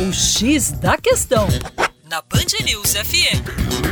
O X da Questão, na Band News FM.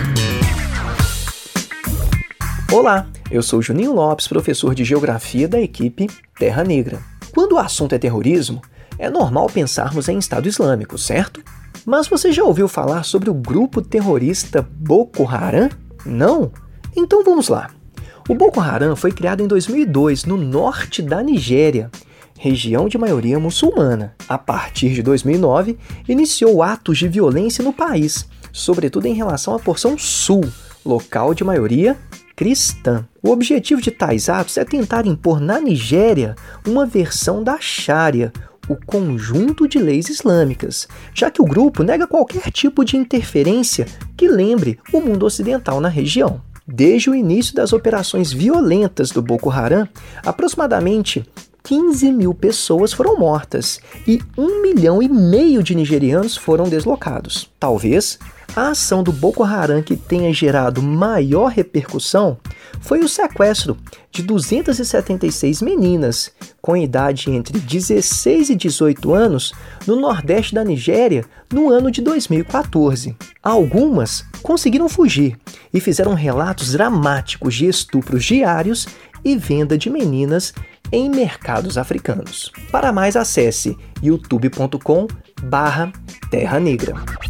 Olá, eu sou Juninho Lopes, professor de Geografia da equipe Terra Negra. Quando o assunto é terrorismo, é normal pensarmos em Estado Islâmico, certo? Mas você já ouviu falar sobre o grupo terrorista Boko Haram? Não? Então vamos lá. O Boko Haram foi criado em 2002 no norte da Nigéria, região de maioria muçulmana. A partir de 2009, iniciou atos de violência no país, sobretudo em relação à porção sul, local de maioria cristã. O objetivo de tais atos é tentar impor na Nigéria uma versão da Sharia, o conjunto de leis islâmicas, já que o grupo nega qualquer tipo de interferência que lembre o mundo ocidental na região. Desde o início das operações violentas do Boko Haram, aproximadamente 15 mil pessoas foram mortas e 1,5 milhão de nigerianos foram deslocados. Talvez a ação do Boko Haram que tenha gerado maior repercussão foi o sequestro de 276 meninas com idade entre 16 e 18 anos no nordeste da Nigéria no ano de 2014. Algumas conseguiram fugir e fizeram relatos dramáticos de estupros diários e venda de meninas em mercados africanos. Para mais, acesse youtube.com/Terra Negra.